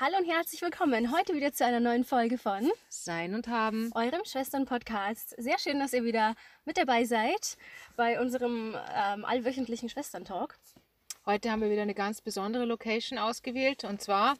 Hallo und herzlich willkommen heute wieder zu einer neuen Folge von Sein und Haben. eurem Schwestern-Podcast. Sehr schön, dass ihr wieder mit dabei seid bei unserem allwöchentlichen Schwestern-Talk. Heute haben wir wieder eine ganz besondere Location ausgewählt und zwar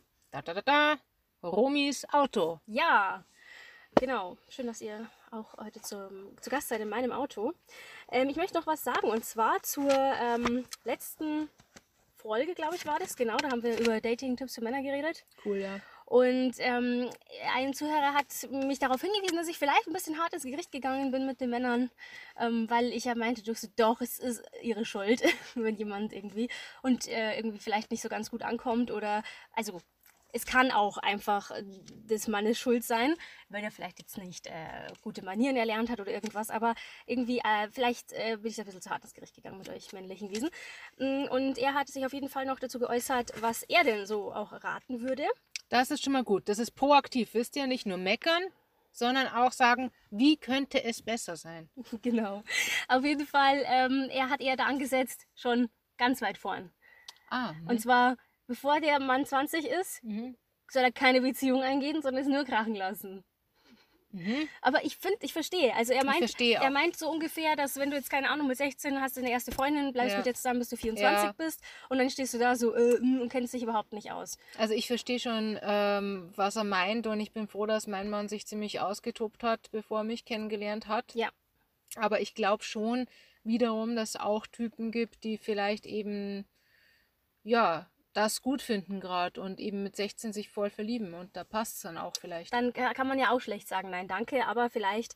Romis Auto. Ja, genau. Schön, dass ihr auch heute zu Gast seid in meinem Auto. Ich möchte noch was sagen und zwar zur letzten Folge, glaube ich, war das. Genau, da haben wir über Dating-Tipps für Männer geredet. Cool, ja. Und ein Zuhörer hat mich darauf hingewiesen, dass ich vielleicht ein bisschen hart ins Gericht gegangen bin mit den Männern, weil ich ja meinte, doch, es ist ihre Schuld, wenn jemand irgendwie irgendwie vielleicht nicht so ganz gut ankommt oder, also es kann auch einfach des Mannes Schuld sein, weil er vielleicht jetzt nicht gute Manieren erlernt hat oder irgendwas, aber irgendwie vielleicht bin ich da ein bisschen zu hart ins Gericht gegangen mit euch männlichen Wesen. Und er hat sich auf jeden Fall noch dazu geäußert, was er denn so auch raten würde. Das ist schon mal gut. Das ist proaktiv, wisst ihr? Nicht nur meckern, sondern auch sagen, wie könnte es besser sein? Genau. Auf jeden Fall, er hat eher da angesetzt, schon ganz weit vorn. Und zwar, bevor der Mann 20 ist, soll er keine Beziehung eingehen, sondern es nur krachen lassen. Aber ich verstehe. Also er meint so ungefähr, dass wenn du jetzt, keine Ahnung, mit 16 hast du eine erste Freundin, bleibst mit dir zusammen, bis du 24 bist und dann stehst du da so und kennst dich überhaupt nicht aus. Also ich verstehe schon, was er meint und ich bin froh, dass mein Mann sich ziemlich ausgetobt hat, bevor er mich kennengelernt hat. Ja. Aber ich glaube schon wiederum, dass es auch Typen gibt, die vielleicht eben, ja, das gut finden gerade und eben mit 16 sich voll verlieben und da passt es dann auch vielleicht. Dann kann man ja auch schlecht sagen, nein, danke, aber vielleicht,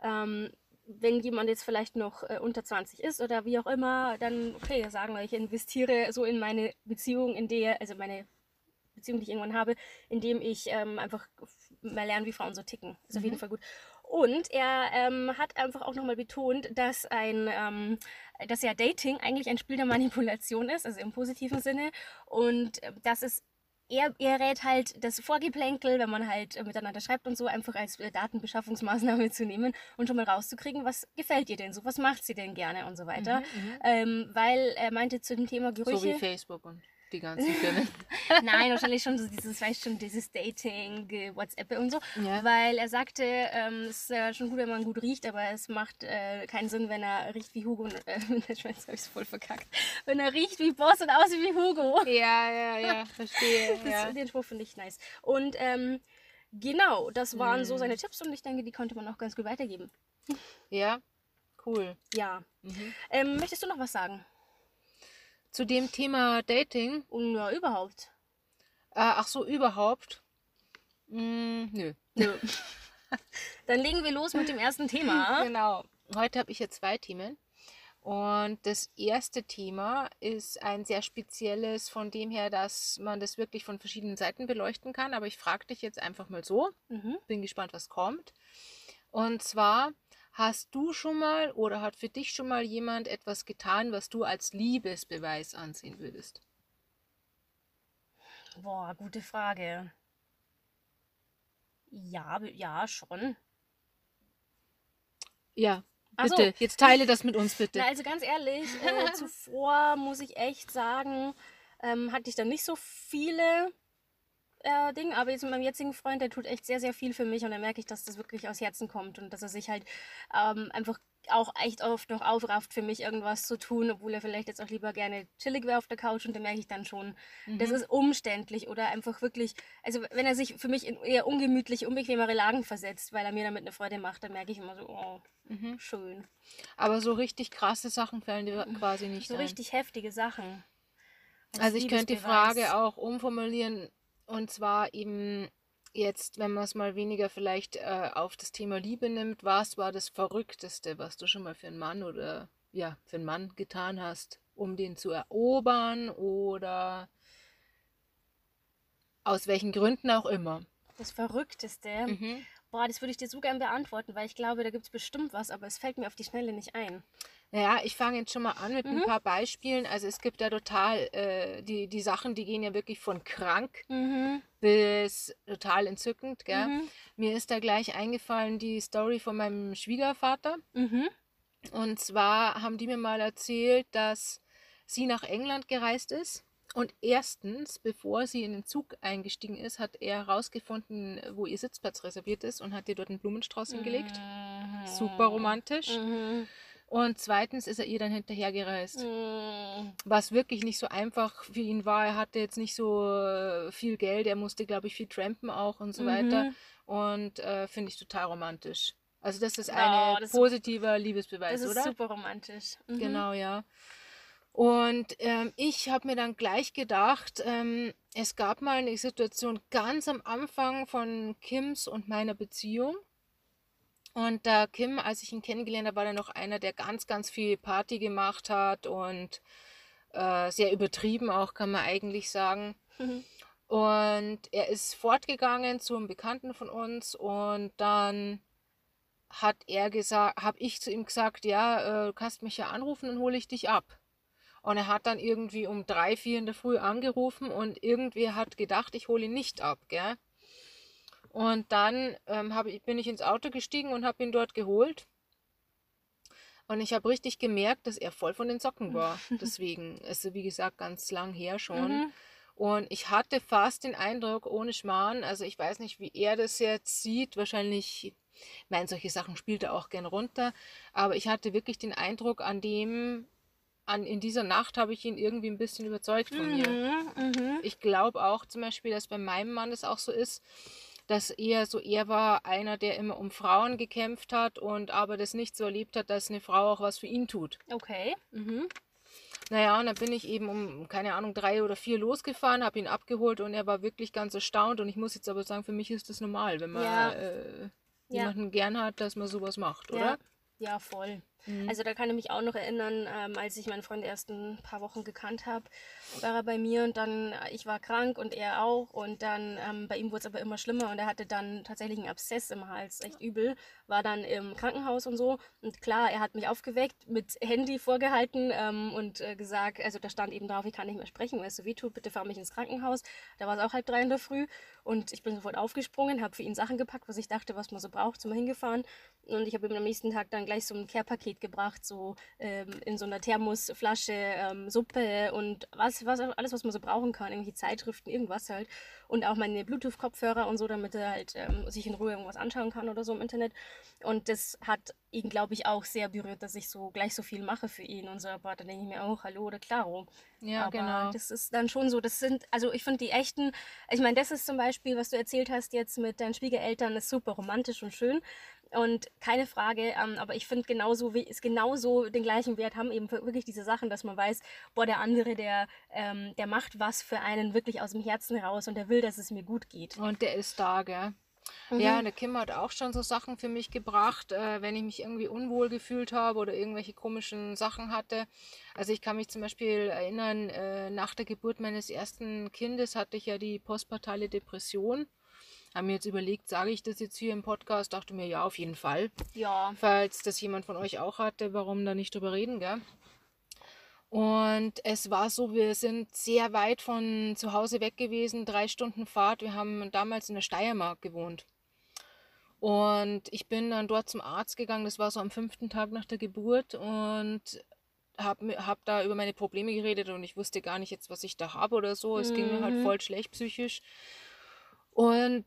wenn jemand jetzt vielleicht noch unter 20 ist oder wie auch immer, dann okay, sagen wir, ich investiere so in meine Beziehung, also meine Beziehung, die ich irgendwann habe, indem ich einfach mal lerne, wie Frauen so ticken. Ist auf jeden Fall gut. Und er hat einfach auch nochmal betont, dass dass ja Dating eigentlich ein Spiel der Manipulation ist, also im positiven Sinne. Und dass es er rät halt das Vorgeplänkel, wenn man halt miteinander schreibt und so, einfach als Datenbeschaffungsmaßnahme zu nehmen und schon mal rauszukriegen, was gefällt ihr denn so, was macht sie denn gerne und so weiter. Weil er meinte zu dem Thema Gerüche... So wie Facebook und die ganzen Firmen. Nein, wahrscheinlich schon so dieses Dating, WhatsApp und so. Ja. Weil er sagte, es ist schon gut, wenn man gut riecht, aber es macht keinen Sinn, wenn er riecht wie Hugo. Jetzt habe ich es voll verkackt. Wenn er riecht wie Boss und aussieht wie Hugo. Ja, verstehe. Den Spruch finde ich nice. Und genau, das waren so seine Tipps und ich denke, die konnte man auch ganz gut weitergeben. Ja, cool. Ja. Möchtest du noch was sagen? Zu dem Thema Dating? Ja, überhaupt. Ach so, überhaupt? Nö. Dann legen wir los mit dem ersten Thema. Genau. Heute habe ich hier 2 Themen. Und das erste Thema ist ein sehr spezielles, von dem her, dass man das wirklich von verschiedenen Seiten beleuchten kann. Aber ich frage dich jetzt einfach mal so. Bin gespannt, was kommt. Und zwar, hast du schon mal oder hat für dich schon mal jemand etwas getan, was du als Liebesbeweis ansehen würdest? Boah, gute Frage. Ja, schon. Ja, bitte. So. Jetzt teile das mit uns, bitte. Na, also ganz ehrlich, zuvor muss ich echt sagen, hatte ich dann nicht so viele Dinge, aber jetzt mit meinem jetzigen Freund, der tut echt sehr, sehr viel für mich und da merke ich, dass das wirklich aus Herzen kommt und dass er sich halt einfach auch echt oft noch aufrafft, für mich irgendwas zu tun, obwohl er vielleicht jetzt auch lieber gerne chillig wäre auf der Couch und da merke ich dann schon, das ist umständlich oder einfach wirklich, also wenn er sich für mich in eher ungemütlich, unbequemere Lagen versetzt, weil er mir damit eine Freude macht, dann merke ich immer so, oh, schön. Aber so richtig krasse Sachen fallen dir quasi nicht ein. So richtig heftige Sachen. Also ich könnte die Frage auch umformulieren und zwar eben jetzt, wenn man es mal weniger vielleicht auf das Thema Liebe nimmt, was war das Verrückteste, was du schon mal für einen Mann oder ja, für einen Mann getan hast, um den zu erobern oder aus welchen Gründen auch immer? Das Verrückteste? Boah, das würde ich dir so gern beantworten, weil ich glaube, da gibt es bestimmt was, aber es fällt mir auf die Schnelle nicht ein. Naja, ich fange jetzt schon mal an mit ein paar Beispielen. Also es gibt ja total, die Sachen, die gehen ja wirklich von krank bis total entzückend. Gell? Mir ist da gleich eingefallen die Story von meinem Schwiegervater. Und zwar haben die mir mal erzählt, dass sie nach England gereist ist Und erstens, bevor sie in den Zug eingestiegen ist, hat er herausgefunden, wo ihr Sitzplatz reserviert ist und hat ihr dort einen Blumenstrauß hingelegt. Super romantisch. Und zweitens ist er ihr dann hinterhergereist. Was wirklich nicht so einfach für ihn war. Er hatte jetzt nicht so viel Geld. Er musste, glaube ich, viel trampen auch und so weiter. Und finde ich total romantisch. Also das ist ein positiver Liebesbeweis, oder? Das ist super romantisch. Genau, ja. Und ich habe mir dann gleich gedacht, es gab mal eine Situation ganz am Anfang von Kims und meiner Beziehung. Und da Kim, als ich ihn kennengelernt habe, war dann noch einer, der ganz, ganz viel Party gemacht hat und sehr übertrieben auch, kann man eigentlich sagen. Und er ist fortgegangen zu einem Bekannten von uns und dann habe ich zu ihm gesagt, ja, du kannst mich ja anrufen, dann hole ich dich ab. Und er hat dann irgendwie um 3, 4 in der Früh angerufen und irgendwer hat gedacht, ich hole ihn nicht ab, gell? Und dann bin ich ins Auto gestiegen und habe ihn dort geholt. Und ich habe richtig gemerkt, dass er voll von den Socken war. Deswegen, also wie gesagt, ganz lang her schon. Und ich hatte fast den Eindruck, ohne Schmarrn, also ich weiß nicht, wie er das jetzt sieht, wahrscheinlich, ich meine, solche Sachen spielt er auch gern runter, aber ich hatte wirklich den Eindruck, in dieser Nacht habe ich ihn irgendwie ein bisschen überzeugt von mir. Ich glaube auch zum Beispiel, dass bei meinem Mann das auch so ist, dass er war einer, der immer um Frauen gekämpft hat und aber das nicht so erlebt hat, dass eine Frau auch was für ihn tut. Okay. Naja, und dann bin ich eben um, keine Ahnung, 3 oder 4 losgefahren, habe ihn abgeholt und er war wirklich ganz erstaunt. Und ich muss jetzt aber sagen, für mich ist das normal, wenn man jemanden gern hat, dass man sowas macht, oder? Ja, voll. Also da kann ich mich auch noch erinnern, als ich meinen Freund erst ein paar Wochen gekannt habe, war er bei mir und dann, ich war krank und er auch und dann bei ihm wurde es aber immer schlimmer und er hatte dann tatsächlich einen Abszess im Hals, echt übel, war dann im Krankenhaus und so und klar, er hat mich aufgeweckt, mit Handy vorgehalten und gesagt, also da stand eben drauf, ich kann nicht mehr sprechen, weil es so weh tut, bitte fahr mich ins Krankenhaus. Da war es auch 2:30 in der Früh und ich bin sofort aufgesprungen, habe für ihn Sachen gepackt, was ich dachte, was man so braucht, sind wir hingefahren und ich habe ihm am nächsten Tag dann gleich so ein Care-Paket gebracht, so in so einer Thermosflasche Suppe und alles, was man so brauchen kann, irgendwelche Zeitschriften, irgendwas halt. Und auch meine Bluetooth-Kopfhörer und so, damit er halt sich in Ruhe irgendwas anschauen kann oder so im Internet. Und das hat ihn, glaube ich, auch sehr berührt, dass ich so gleich so viel mache für ihn und so. Aber da denke ich mir auch, hallo oder klaro. Ja, aber genau. das ist dann schon so, also ich finde die echten, ich meine, das ist zum Beispiel, was du erzählt hast jetzt mit deinen Schwiegereltern, ist super romantisch und schön. Und keine Frage, aber ich finde es genauso den gleichen Wert haben eben wirklich diese Sachen, dass man weiß, boah, der andere, der macht was für einen wirklich aus dem Herzen raus und der will, dass es mir gut geht. Und der ist da, gell? Ja, der Kim hat auch schon so Sachen für mich gebracht, wenn ich mich irgendwie unwohl gefühlt habe oder irgendwelche komischen Sachen hatte. Also ich kann mich zum Beispiel erinnern, nach der Geburt meines ersten Kindes hatte ich ja die postpartale Depression. Haben mir jetzt überlegt, sage ich das jetzt hier im Podcast? Dachte mir, ja, auf jeden Fall. Ja. Falls das jemand von euch auch hatte, warum da nicht drüber reden, gell? Und es war so, wir sind sehr weit von zu Hause weg gewesen, 3 Stunden Fahrt. Wir haben damals in der Steiermark gewohnt. Und ich bin dann dort zum Arzt gegangen, das war so am 5. Tag nach der Geburt und hab da über meine Probleme geredet und ich wusste gar nicht jetzt, was ich da habe oder so. Es ging mir halt voll schlecht psychisch. Und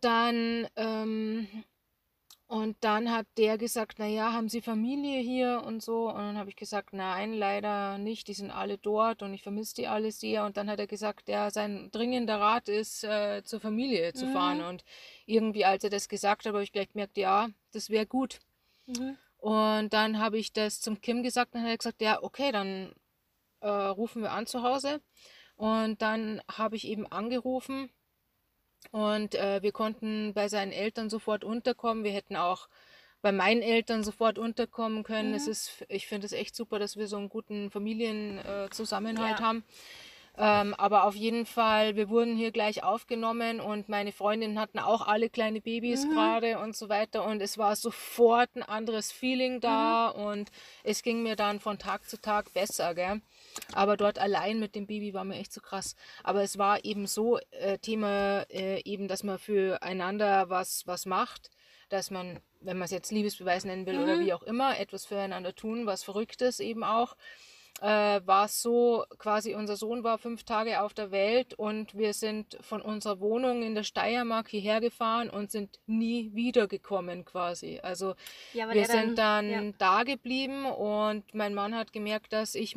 dann hat der gesagt, naja, haben Sie Familie hier und so? Und dann habe ich gesagt, nein, leider nicht, die sind alle dort und ich vermisse die alle sehr. Und dann hat er gesagt, ja, sein dringender Rat ist, zur Familie zu fahren. Und irgendwie, als er das gesagt hat, habe ich gleich gemerkt, ja, das wäre gut. Und dann habe ich das zum Kim gesagt und dann hat er gesagt, ja, okay, dann rufen wir an zu Hause. Und dann habe ich eben angerufen. Und wir konnten bei seinen Eltern sofort unterkommen. Wir hätten auch bei meinen Eltern sofort unterkommen können. Ich finde es echt super, dass wir so einen guten Familienzusammenhalt haben. Aber auf jeden Fall, wir wurden hier gleich aufgenommen und meine Freundinnen hatten auch alle kleine Babys gerade und so weiter. Und es war sofort ein anderes Feeling da und es ging mir dann von Tag zu Tag besser, gell? Aber dort allein mit dem Baby war mir echt so krass. Aber es war eben so Thema, eben, dass man füreinander was macht, dass man, wenn man es jetzt Liebesbeweis nennen will oder wie auch immer, etwas füreinander tun, was Verrücktes eben auch. war es so, quasi unser Sohn war 5 Tage auf der Welt und wir sind von unserer Wohnung in der Steiermark hierher gefahren und sind nie wiedergekommen quasi. Also Ja, weil wir er sind dann, ja, dann da geblieben und mein Mann hat gemerkt,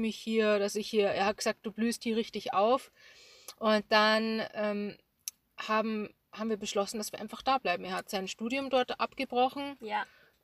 er hat gesagt, du blühst hier richtig auf. Und dann haben wir beschlossen, dass wir einfach da bleiben. Er hat sein Studium dort abgebrochen. ja.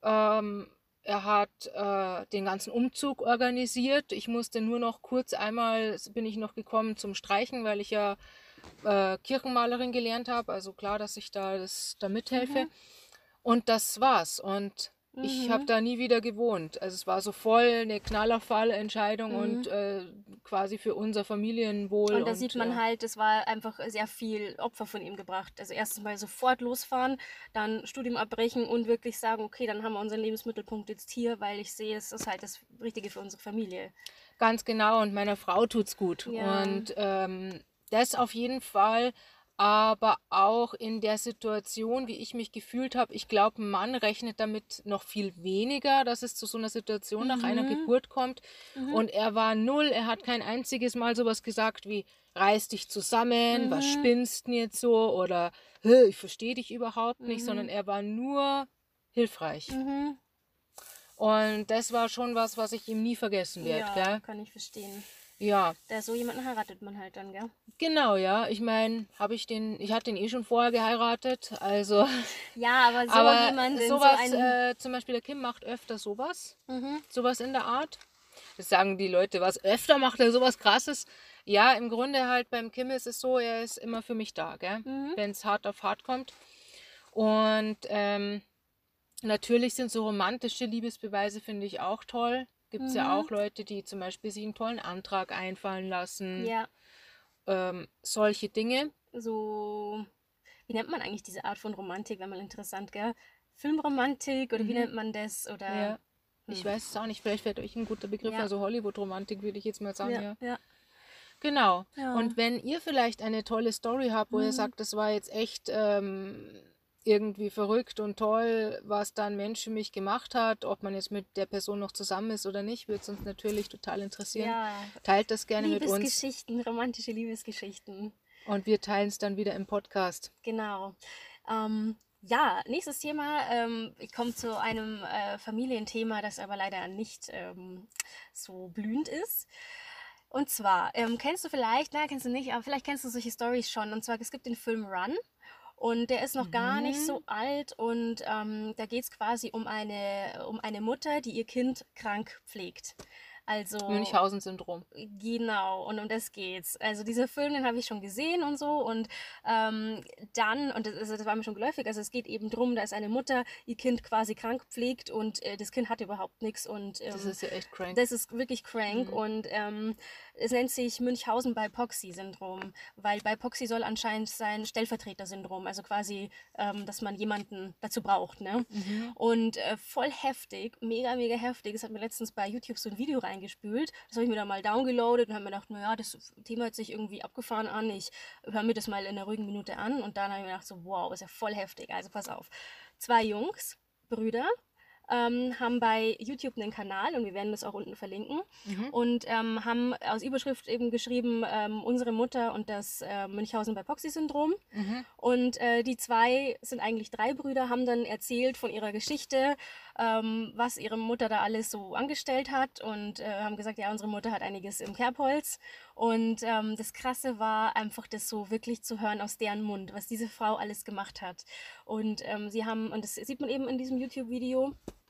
Er hat den ganzen Umzug organisiert. Ich musste nur noch kurz einmal, bin ich noch gekommen zum Streichen, weil ich ja Kirchenmalerin gelernt habe. Also klar, dass ich da mithelfe. Mhm. Und das war's. Und ich habe Mhm. da nie wieder gewohnt. Also es war so voll eine Knallerfall-Entscheidung und Mhm. quasi für unser Familienwohl. Und da sieht Und man halt, es war einfach sehr viel Opfer von ihm gebracht. Also erstens mal sofort losfahren, dann Studium abbrechen und wirklich sagen, okay, dann haben wir unseren Lebensmittelpunkt jetzt hier, weil ich sehe, es ist halt das Richtige für unsere Familie. ganz genau, und meiner Frau tut's gut. Ja. Und das auf jeden Fall, aber auch in der Situation, wie ich mich gefühlt habe, ich glaube, ein Mann rechnet damit noch viel weniger, dass es zu so einer Situation nach einer Mhm. Geburt kommt. Mhm. Und er war null, er hat kein einziges Mal sowas gesagt wie, reiß dich zusammen, was Mhm. spinnst denn jetzt so oder ich verstehe dich überhaupt nicht, sondern Mhm. er war nur hilfreich. Mhm. Und das war schon was, was ich ihm nie vergessen werde, Ja, gell? kann ich verstehen. Ja, Da so jemanden heiratet man halt dann, gell? genau, ja. Ich meine, ich hatte den eh schon vorher geheiratet, also, Ja, aber so aber jemanden, so sowas, einen. zum Beispiel der Kim macht öfter sowas, Mhm. sowas in der Art. Das sagen die Leute, was öfter macht er sowas Krasses. Ja, im Grunde halt beim Kim ist es so, er ist immer für mich da, gell? Mhm. Wenn es hart auf hart kommt. Und natürlich sind so romantische Liebesbeweise, finde ich auch toll. Gibt es ja Mhm. auch Leute, die zum Beispiel sich einen tollen Antrag einfallen lassen. Ja, Solche Dinge. so. Wie nennt man eigentlich diese Art von Romantik, wenn mal interessant, gell? Filmromantik oder wie Mhm. nennt man das? Oder. Ja, ich Hm. weiß es auch nicht. Vielleicht fällt euch ein guter Begriff, Ja, also Hollywood-Romantik würde ich jetzt mal sagen, ja, ja. ja, Genau. ja. Und wenn ihr vielleicht eine tolle Story habt, wo ihr Mhm. sagt, das war jetzt echt irgendwie verrückt und toll, was da ein Mensch für mich gemacht hat, ob man jetzt mit der Person noch zusammen ist oder nicht, würde es uns natürlich total interessieren. Ja, Teilt das gerne mit uns Liebesgeschichten, romantische Liebesgeschichten. und wir teilen es dann wieder im Podcast. Genau. Ja, nächstes Thema. Ich komme zu einem Familienthema, das aber leider nicht so blühend ist. Und zwar, kennst du vielleicht, na, kennst du nicht, aber vielleicht kennst du solche Stories schon. Und zwar, es gibt den Film Run. Und der ist noch gar nicht so Mhm. alt und da geht es quasi um eine Mutter, die ihr Kind krank pflegt. Also Münchhausen-Syndrom. genau, und um das geht's. Also dieser Film, den habe ich schon gesehen und so und dann, und das war mir schon geläufig, also es geht eben drum, da ist eine Mutter, ihr Kind quasi krank pflegt und das Kind hat überhaupt nichts und Das ist ja echt crank. das ist wirklich crank Mhm. und es nennt sich Münchhausen-by-Proxy-Syndrom, weil by-Proxy soll anscheinend sein Stellvertreter-Syndrom, also quasi, dass man jemanden dazu braucht, ne? Mhm. Und voll heftig, mega, mega heftig. Es hat mir letztens bei YouTube so ein Video reingespült. Das habe ich mir dann mal downgeloadet und habe mir gedacht, naja, das Thema hört sich irgendwie abgefahren an. Ich höre mir das mal in einer ruhigen Minute an. Und dann habe ich mir gedacht, so, wow, ist ja voll heftig. Also pass auf. Zwei Jungs, Brüder, haben bei YouTube einen Kanal und wir werden das auch unten verlinken Mhm. und haben aus Überschrift eben geschrieben, unsere Mutter und das Münchhausen-by-Proxy-Syndrom. Mhm. Und die zwei sind eigentlich drei Brüder, haben dann erzählt von ihrer Geschichte, was ihre Mutter da alles so angestellt hat und haben gesagt, ja, unsere Mutter hat einiges im Kerbholz. Und das Krasse war einfach, das so wirklich zu hören aus deren Mund, was diese Frau alles gemacht hat. Und sie haben, und das sieht man eben in diesem YouTube-Video,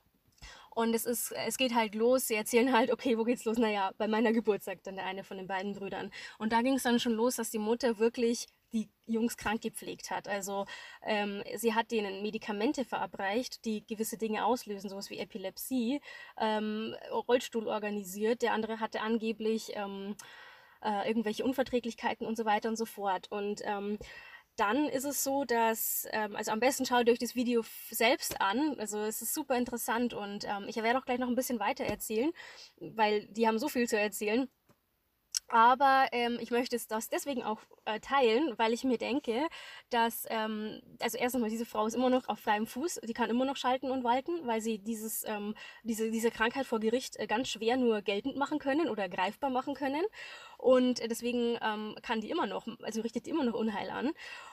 und es geht halt los. Sie erzählen halt, okay, wo geht's los? Naja, bei meiner Geburt, sagt dann der eine von den beiden Brüdern. Und da ging es dann schon los, dass die Mutter wirklich die Jungs krank gepflegt hat. Also sie hat denen Medikamente verabreicht, die gewisse Dinge auslösen, sowas wie Epilepsie, Rollstuhl organisiert. Der andere hatte angeblich irgendwelche Unverträglichkeiten und so weiter und so fort. Und dann ist es so, dass, also am besten schaut euch das Video selbst an. Also es ist super interessant und ich werde auch gleich noch ein bisschen weiter erzählen, weil die haben so viel zu erzählen. Aber ich möchte das deswegen auch teilen, weil ich mir denke, dass, also erstens mal, diese Frau ist immer noch auf freiem Fuß, die kann immer noch schalten und walten, weil sie diese Krankheit vor Gericht ganz schwer nur geltend machen können oder greifbar machen können. Und deswegen kann die immer noch, also richtet die immer noch Unheil an.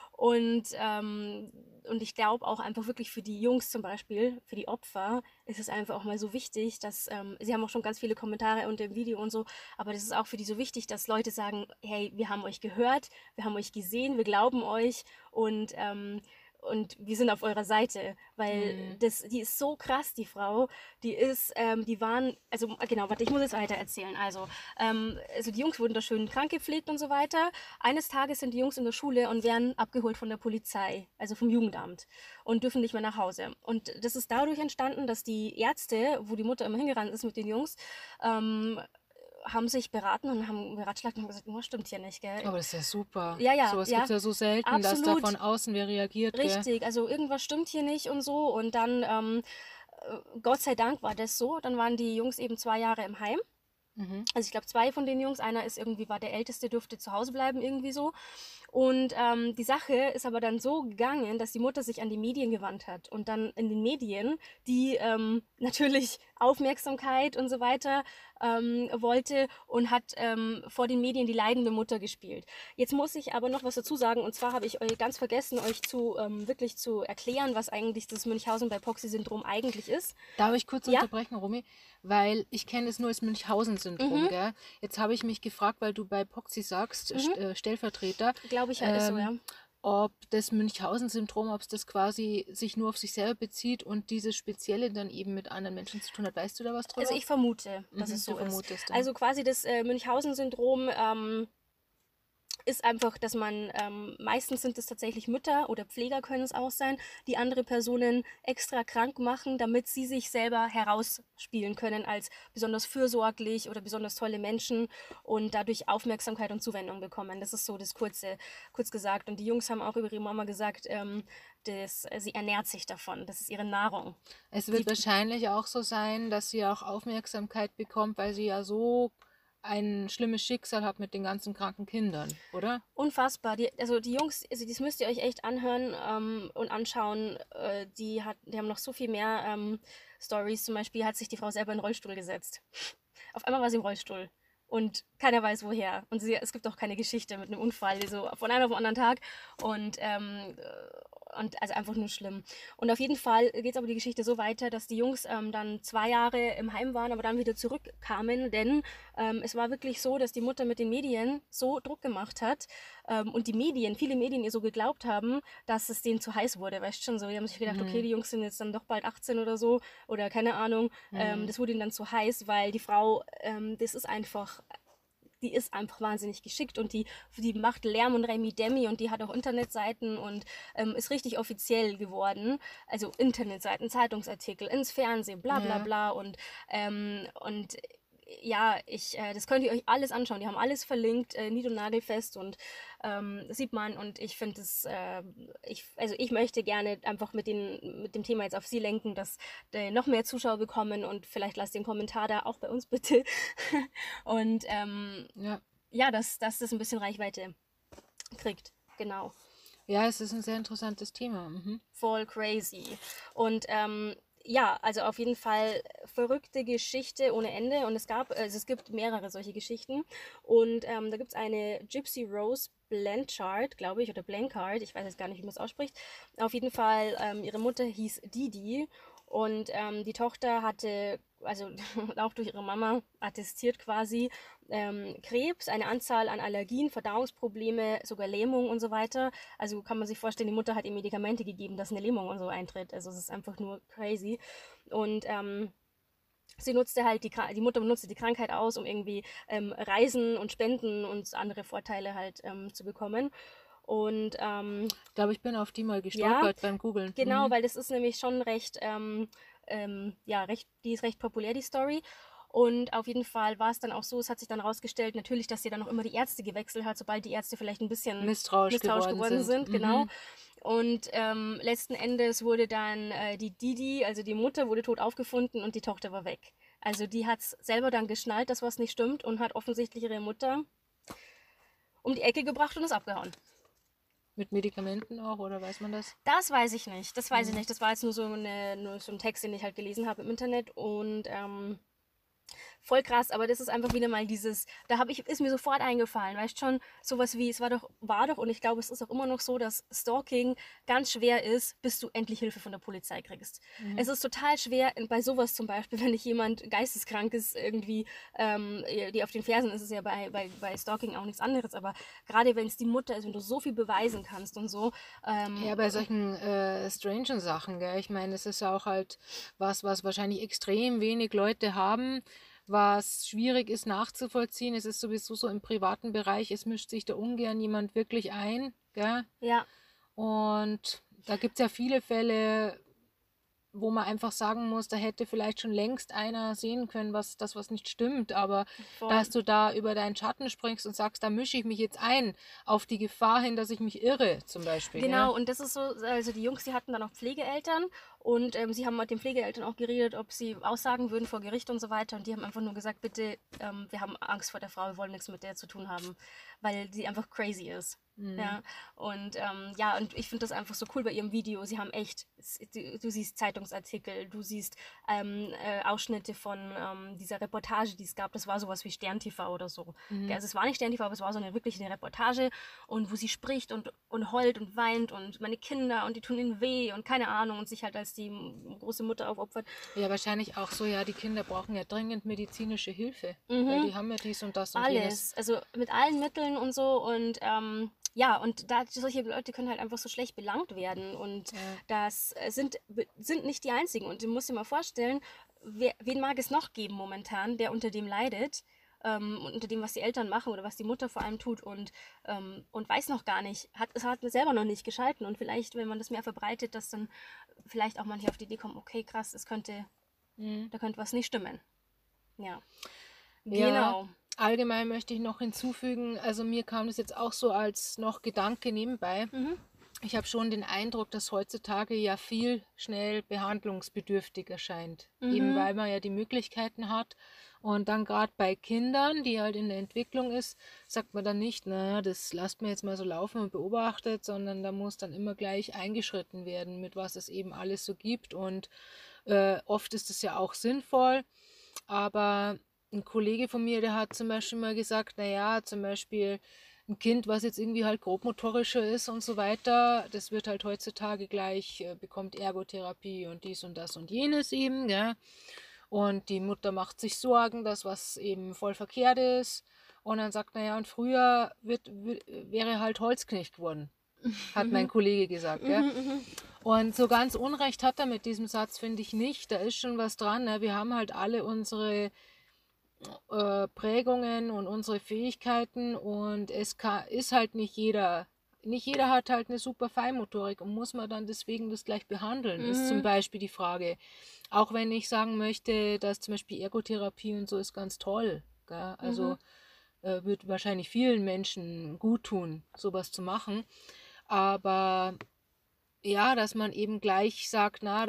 Und ich glaube auch einfach wirklich für die Jungs zum Beispiel, für die Opfer, ist es einfach auch mal so wichtig, dass, sie haben auch schon ganz viele Kommentare unter dem Video und so, aber das ist auch für die so wichtig, dass Leute sagen, hey, wir haben euch gehört, wir haben euch gesehen, wir glauben euch und wir sind auf eurer Seite, weil Mhm. die ist so krass, die Frau, die waren, also genau, warte, ich muss jetzt weiter erzählen. Also die Jungs wurden da schön krank gepflegt und so weiter. Eines Tages sind die Jungs in der Schule und werden abgeholt von der Polizei, also vom Jugendamt und dürfen nicht mehr nach Hause. Und das ist dadurch entstanden, dass die Ärzte, wo die Mutter immer hingerannt ist mit den Jungs, ähm, haben sich beraten und haben beratschlagt und haben gesagt, was stimmt hier nicht, gell? Aber das ist ja super. Ja, ja, Sowas gibt ja, es ja so selten, dass da von absolut. außen wer reagiert, gell? Richtig, also irgendwas stimmt hier nicht und so. Und dann, Gott sei Dank war das so. Dann waren die Jungs eben 2 Jahre im Heim. Mhm. Also ich glaube, zwei von den Jungs, einer ist irgendwie, war der Älteste, durfte zu Hause bleiben, irgendwie so. Und die Sache ist aber dann so gegangen, dass die Mutter sich an die Medien gewandt hat und dann in den Medien, die natürlich Aufmerksamkeit und so weiter wollte und hat vor den Medien die leidende Mutter gespielt. Jetzt muss ich aber noch was dazu sagen, und zwar habe ich euch ganz vergessen, euch wirklich zu erklären, was eigentlich das Münchhausen bei Poxy-Syndrom eigentlich ist. Darf ich kurz Ja? unterbrechen, Romy? Weil ich kenne es nur als Münchhausen-Syndrom, Mhm, gell? Jetzt habe ich mich gefragt, weil du bei Poxy sagst, mhm. Stellvertreter, Glaube ich, ja, ist so, ähm, ja. ob das Münchhausen-Syndrom, ob es das quasi sich nur auf sich selber bezieht und dieses Spezielle dann eben mit anderen Menschen zu tun hat. Weißt du da was Also drüber? ich vermute, dass Mhm, es du so ist. vermutest dann. Also quasi das Münchhausen-Syndrom ist einfach, dass man, meistens sind es tatsächlich Mütter oder Pfleger können es auch sein, die andere Personen extra krank machen, damit sie sich selber herausspielen können als besonders fürsorglich oder besonders tolle Menschen und dadurch Aufmerksamkeit und Zuwendung bekommen. Das ist so das kurz gesagt. Und die Jungs haben auch über ihre Mama gesagt, sie ernährt sich davon. Das ist ihre Nahrung. Es Die wird wahrscheinlich auch so sein, dass sie auch Aufmerksamkeit bekommt, weil sie ja so ein schlimmes Schicksal hat mit den ganzen kranken Kindern, oder? Unfassbar. Also die Jungs, also das müsst ihr euch echt anhören und anschauen. Die haben noch so viel mehr Stories. Zum Beispiel hat sich die Frau selber in den Rollstuhl gesetzt. Auf einmal war sie im Rollstuhl. Und keiner weiß woher. Und es gibt auch keine Geschichte mit einem Unfall, so von einem auf den anderen Tag. Und also einfach nur schlimm. Und auf jeden Fall geht aber die Geschichte so weiter, dass die Jungs dann 2 Jahre im Heim waren, aber dann wieder zurückkamen, denn es war wirklich so, dass die Mutter mit den Medien so Druck gemacht hat und viele Medien ihr so geglaubt haben, dass es denen zu heiß wurde, weißt du schon so. Die haben sich gedacht, okay, Mhm. die Jungs sind jetzt dann doch bald 18 oder so oder keine Ahnung. Mhm. Das wurde ihnen dann zu heiß, weil die Frau, die ist einfach wahnsinnig geschickt und die macht Lärm und Remi-Demi und die hat auch Internetseiten und ist richtig offiziell geworden. Also Internetseiten, Zeitungsartikel, ins Fernsehen, bla bla Ja. bla und ja, das könnt ihr euch alles anschauen. Die haben alles verlinkt, nied- und nagelfest und sieht man. Und ich finde es, also ich möchte gerne einfach mit dem Thema jetzt auf Sie lenken, dass noch mehr Zuschauer bekommen und vielleicht lasst den Kommentar da, auch bei uns bitte. Und Ja. ja, dass das ein bisschen Reichweite kriegt. Genau. Ja, es ist ein sehr interessantes Thema. Mhm. Voll crazy. Und ja, also auf jeden Fall verrückte Geschichte ohne Ende. Und es gibt mehrere solche Geschichten. Und da gibt es eine Gypsy Rose Blanchard, glaube ich, oder Blanchard, ich weiß jetzt gar nicht, wie man es ausspricht. Auf jeden Fall, ihre Mutter hieß Didi und die Tochter hatte, also auch durch ihre Mama attestiert quasi, Krebs, eine Anzahl an Allergien, Verdauungsprobleme, sogar Lähmung und so weiter. Also kann man sich vorstellen, die Mutter hat ihr Medikamente gegeben, dass eine Lähmung und so eintritt. Also es ist einfach nur crazy. Und die Mutter benutzte die Krankheit aus, um irgendwie Reisen und Spenden und andere Vorteile halt zu bekommen. Und Ich glaube, ich bin auf die mal ja, gestolpert beim Googlen. genau, Mhm. weil das ist nämlich schon recht, ja, die ist recht populär, die Story. Und auf jeden Fall war es dann auch so, es hat sich dann rausgestellt, natürlich, dass sie dann auch immer die Ärzte gewechselt hat, sobald die Ärzte vielleicht ein bisschen Misstrauisch misstrauisch geworden geworden sind. sind, genau. Mhm. Und letzten Endes wurde dann die Didi, also die Mutter, wurde tot aufgefunden und die Tochter war weg. Also die hat es selber dann geschnallt, dass was nicht stimmt und hat offensichtlich ihre Mutter um die Ecke gebracht und ist abgehauen. Mit Medikamenten auch, oder weiß man das? Das weiß ich nicht. Das weiß ich Mhm. nicht. Das war jetzt nur so ein Text, den ich halt gelesen habe im Internet und voll krass, aber das ist einfach wieder mal dieses, ist mir sofort eingefallen, weißt schon, sowas wie, war doch, und ich glaube, es ist auch immer noch so, dass Stalking ganz schwer ist, bis du endlich Hilfe von der Polizei kriegst. Mhm. Es ist total schwer, bei sowas zum Beispiel, wenn dich jemand geisteskrank ist, irgendwie, die auf den Fersen ist, es ja bei Stalking auch nichts anderes, aber gerade wenn es die Mutter ist, wenn du so viel beweisen kannst und so, Ja, bei solchen strangen Sachen, gell? Ich meine, es ist auch halt was wahrscheinlich extrem wenig Leute haben, was schwierig ist nachzuvollziehen. Es ist sowieso so im privaten Bereich, es mischt sich da ungern jemand wirklich ein, gell? ja, Und da gibt es ja viele Fälle, wo man einfach sagen muss, da hätte vielleicht schon längst einer sehen können, was nicht stimmt, aber voll. dass du da über deinen Schatten springst und sagst, da mische ich mich jetzt ein, auf die Gefahr hin, dass ich mich irre, zum Beispiel, gell? Genau, und das ist so, also die Jungs, die hatten dann auch Pflegeeltern und sie haben mit den Pflegeeltern auch geredet, ob sie aussagen würden vor Gericht und so weiter. Und die haben einfach nur gesagt, bitte, wir haben Angst vor der Frau, wir wollen nichts mit der zu tun haben, weil sie einfach crazy ist. Mhm. Ja, und ja, und ich finde das einfach so cool bei ihrem Video. Sie haben echt, du siehst Zeitungsartikel, du siehst Ausschnitte von dieser Reportage, die es gab. Das war sowas wie Stern TV oder so. Mhm. Also es war nicht Stern TV, aber es war so wirklich eine Reportage und wo sie spricht und heult und weint und meine Kinder und die tun ihnen weh und keine Ahnung und sich halt als die große Mutter aufopfert. Ja, wahrscheinlich auch so, ja, die Kinder brauchen ja dringend medizinische Hilfe, weil Mhm. die haben ja dies und das und jenes. Alles, also mit allen Mitteln und so und ja, und solche Leute können halt einfach so schlecht belangt werden und Ja. das sind nicht die einzigen und du musst dir mal vorstellen, wen mag es noch geben momentan, der unter dem leidet, unter dem, was die Eltern machen oder was die Mutter vor allem tut und weiß noch gar nicht, hat selber noch nicht geschalten und vielleicht, wenn man das mehr verbreitet, dass dann vielleicht auch manche auf die Idee kommen, okay, krass, Mhm. da könnte was nicht stimmen. Ja, Ja, genau. allgemein möchte ich noch hinzufügen, also mir kam das jetzt auch so als noch Gedanke nebenbei. Mhm. Ich habe schon den Eindruck, dass heutzutage ja viel schnell behandlungsbedürftig erscheint, eben Mhm. weil man ja die Möglichkeiten hat. Und dann gerade bei Kindern, die halt in der Entwicklung ist, sagt man dann nicht, naja, das lasst man jetzt mal so laufen und beobachtet, sondern da muss dann immer gleich eingeschritten werden, mit was es eben alles so gibt. Und oft ist es ja auch sinnvoll, aber ein Kollege von mir, der hat zum Beispiel mal gesagt, naja, zum Beispiel ein Kind, was jetzt irgendwie halt grobmotorischer ist und so weiter, das wird halt heutzutage gleich, bekommt Ergotherapie und dies und das und jenes eben, gell? Und die Mutter macht sich Sorgen, dass was eben voll verkehrt ist. Und dann sagt, naja, und früher wäre halt Holzknecht geworden, hat mein Mhm. Kollege gesagt, gell? Mhm. Mhm. Und so ganz Unrecht hat er mit diesem Satz, finde ich nicht. Da ist schon was dran. Ne? Wir haben halt alle unsere Prägungen und unsere Fähigkeiten und ist halt nicht jeder hat halt eine super Feinmotorik und muss man dann deswegen das gleich behandeln, ist zum Mhm. Beispiel die Frage. Auch wenn ich sagen möchte, dass zum Beispiel Ergotherapie und so ist ganz toll. Gell? Mhm. Also wird wahrscheinlich vielen Menschen gut tun, sowas zu machen. Aber ja, dass man eben gleich sagt, na,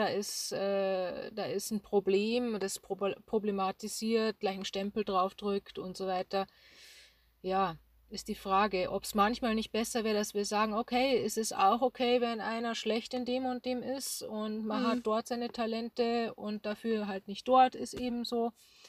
da ist ein Problem, das problematisiert, gleich einen Stempel draufdrückt und so weiter. Ja, ist die Frage, ob es manchmal nicht besser wäre, dass wir sagen, okay, es ist auch okay, wenn einer schlecht in dem und dem ist und man hat Mhm. dort seine Talente und dafür halt nicht dort, ist eben so.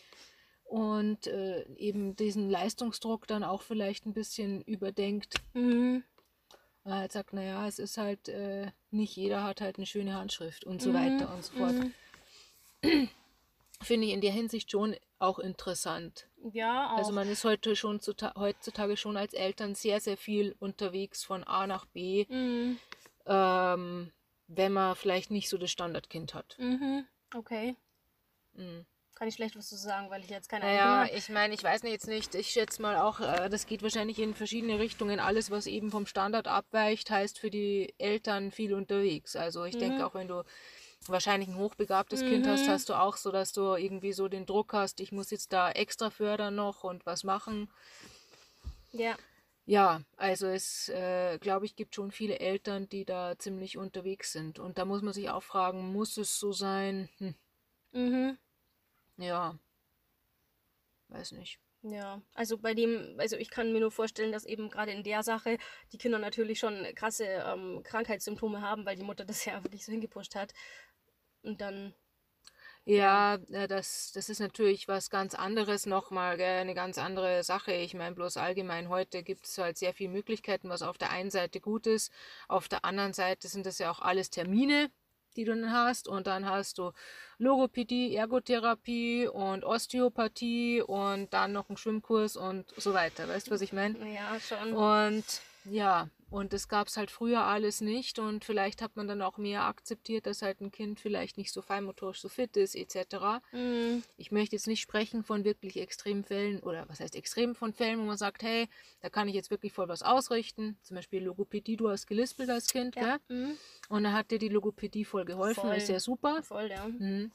Und eben diesen Leistungsdruck dann auch vielleicht ein bisschen überdenkt. Mhm. Er halt sagt, naja, es ist halt, nicht jeder hat halt eine schöne Handschrift und so Mhm. weiter und so fort. Mhm. Finde ich in der Hinsicht schon auch interessant. Ja, Also auch. man ist heutzutage schon als Eltern sehr, sehr viel unterwegs von A nach B, Mhm. ähm, wenn man vielleicht nicht so das Standardkind hat. Mhm. Okay. Mhm. Kann ich schlecht was zu sagen, weil ich jetzt keine eigenen Kinder Naja, habe. ich meine, ich weiß nicht, jetzt nicht, ich schätze mal auch, das geht wahrscheinlich in verschiedene Richtungen. Alles, was eben vom Standard abweicht, heißt für die Eltern viel unterwegs. Also ich denke, Mhm. auch wenn du wahrscheinlich ein hochbegabtes Kind hast, Mhm. hast du auch so, dass du irgendwie so den Druck hast, ich muss jetzt da extra fördern noch und was machen. Ja. Ja, also es, glaube ich, gibt schon viele Eltern, die da ziemlich unterwegs sind. Und da muss man sich auch fragen, muss es so sein? Hm, Mhm. ja, weiß nicht. Ja, also bei dem, also ich kann mir nur vorstellen, dass eben gerade in der Sache die Kinder natürlich schon krasse Krankheitssymptome haben, weil die Mutter das ja wirklich so hingepusht hat. Und dann, ja, Ja, das ist natürlich was ganz anderes nochmal, gell, eine ganz andere Sache. Ich meine, bloß allgemein heute gibt es halt sehr viele Möglichkeiten, was auf der einen Seite gut ist. Auf der anderen Seite sind das ja auch alles Termine, die du dann hast. Und dann hast du Logopädie, Ergotherapie und Osteopathie und dann noch einen Schwimmkurs und so weiter. Weißt du, was ich meine? ja, schon. Und ja, und das gab es halt früher alles nicht und vielleicht hat man dann auch mehr akzeptiert, dass halt ein Kind vielleicht nicht so feinmotorisch so fit ist, etc. Mm, Ich möchte jetzt nicht sprechen von wirklich extremen Fällen oder was heißt extrem von Fällen, wo man sagt, hey, da kann ich jetzt wirklich voll was ausrichten. Zum Beispiel Logopädie, du hast gelispelt als Kind, ja, gell? Und da hat dir die Logopädie voll geholfen, ist voll, ja super. voll, ja. Mhm.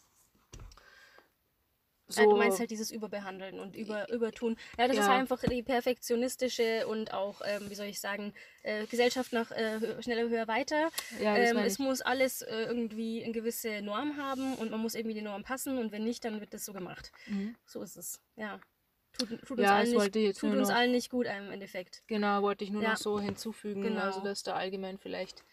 Du meinst So, halt dieses Überbehandeln und Übertun. Ja, das ist halt ja, einfach die perfektionistische und auch, wie soll ich sagen, Gesellschaft nach schneller, höher, weiter. ja, das meine Es ich. muss alles irgendwie eine gewisse Norm haben und man muss irgendwie die Norm passen und wenn nicht, dann wird das so gemacht. Mhm. So ist es. Ja. Tut uns Ja, allen es nicht, wollte ich jetzt tut nur uns noch. allen nicht gut im Endeffekt. Genau, wollte ich nur noch Ja, so hinzufügen, also genau. dass da allgemein vielleicht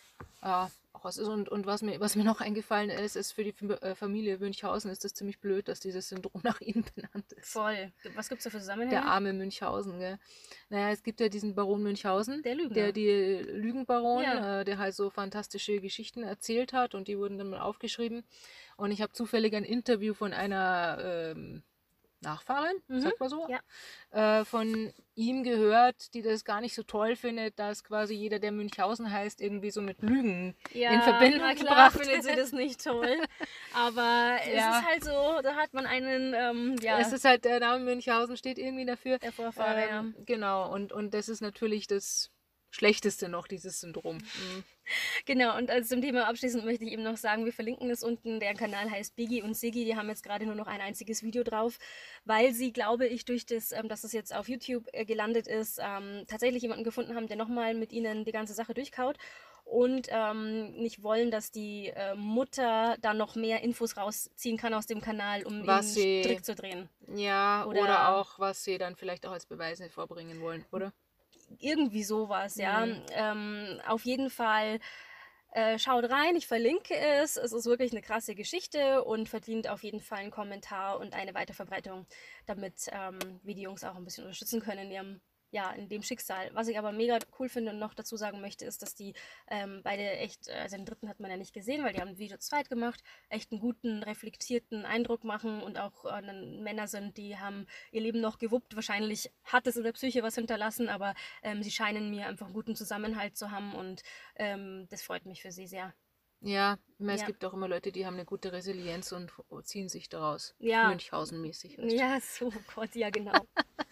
auch was ist. Und was mir noch eingefallen ist, ist für die Familie Münchhausen ist das ziemlich blöd, dass dieses Syndrom nach ihnen benannt ist. Voll. Was gibt's da für Der Zusammenhänge? arme Münchhausen, gell? Naja, es gibt ja diesen Baron Münchhausen, Der der Lügner. die Lügenbaron, Ja. der halt so fantastische Geschichten erzählt hat und die wurden dann mal aufgeschrieben. Und ich habe zufällig ein Interview von einer Nachfahrin, Mhm. sagt man so, Ja. von ihm gehört, die das gar nicht so toll findet, dass quasi jeder, der Münchhausen heißt, irgendwie so mit Lügen in Ja, Verbindung na klar gebracht findet sie wird. das nicht toll. Aber es ist Ja, halt so, da hat man einen, es ja, ist halt, der Name Münchhausen steht irgendwie dafür. der Vorfahre, ja. Genau, und das ist natürlich das Schlechteste noch, dieses Syndrom. Mhm. Genau, und zum Thema abschließend möchte ich eben noch sagen, wir verlinken es unten. Der Kanal heißt Biggie und Siggi. Die haben jetzt gerade nur noch ein einziges Video drauf, weil sie, glaube ich, durch das, dass es jetzt auf YouTube gelandet ist, tatsächlich jemanden gefunden haben, der nochmal mit ihnen die ganze Sache durchkaut und nicht wollen, dass die Mutter da noch mehr Infos rausziehen kann aus dem Kanal, um Was ihn sie, strikt zu drehen. ja, oder Oder auch, was sie dann vielleicht auch als Beweise vorbringen wollen, oder? irgendwie sowas, ja. Mhm. Auf jeden Fall schaut rein, ich verlinke es. Es ist wirklich eine krasse Geschichte und verdient auf jeden Fall einen Kommentar und eine Weiterverbreitung, damit wir die Jungs auch ein bisschen unterstützen können in ihrem, ja, in dem Schicksal. Was ich aber mega cool finde und noch dazu sagen möchte, ist, dass die beide echt, also den dritten hat man ja nicht gesehen, weil die haben ein Video zu zweit gemacht, echt einen guten, reflektierten Eindruck machen und auch Männer sind, die haben ihr Leben noch gewuppt. Wahrscheinlich hat es in der Psyche was hinterlassen, aber sie scheinen mir einfach einen guten Zusammenhalt zu haben und das freut mich für sie sehr. Ja, ich meine, es Ja, gibt auch immer Leute, die haben eine gute Resilienz und ziehen sich daraus. ja, Münchhausen-mäßig, weißt du. ja, so oh Gott, ja genau.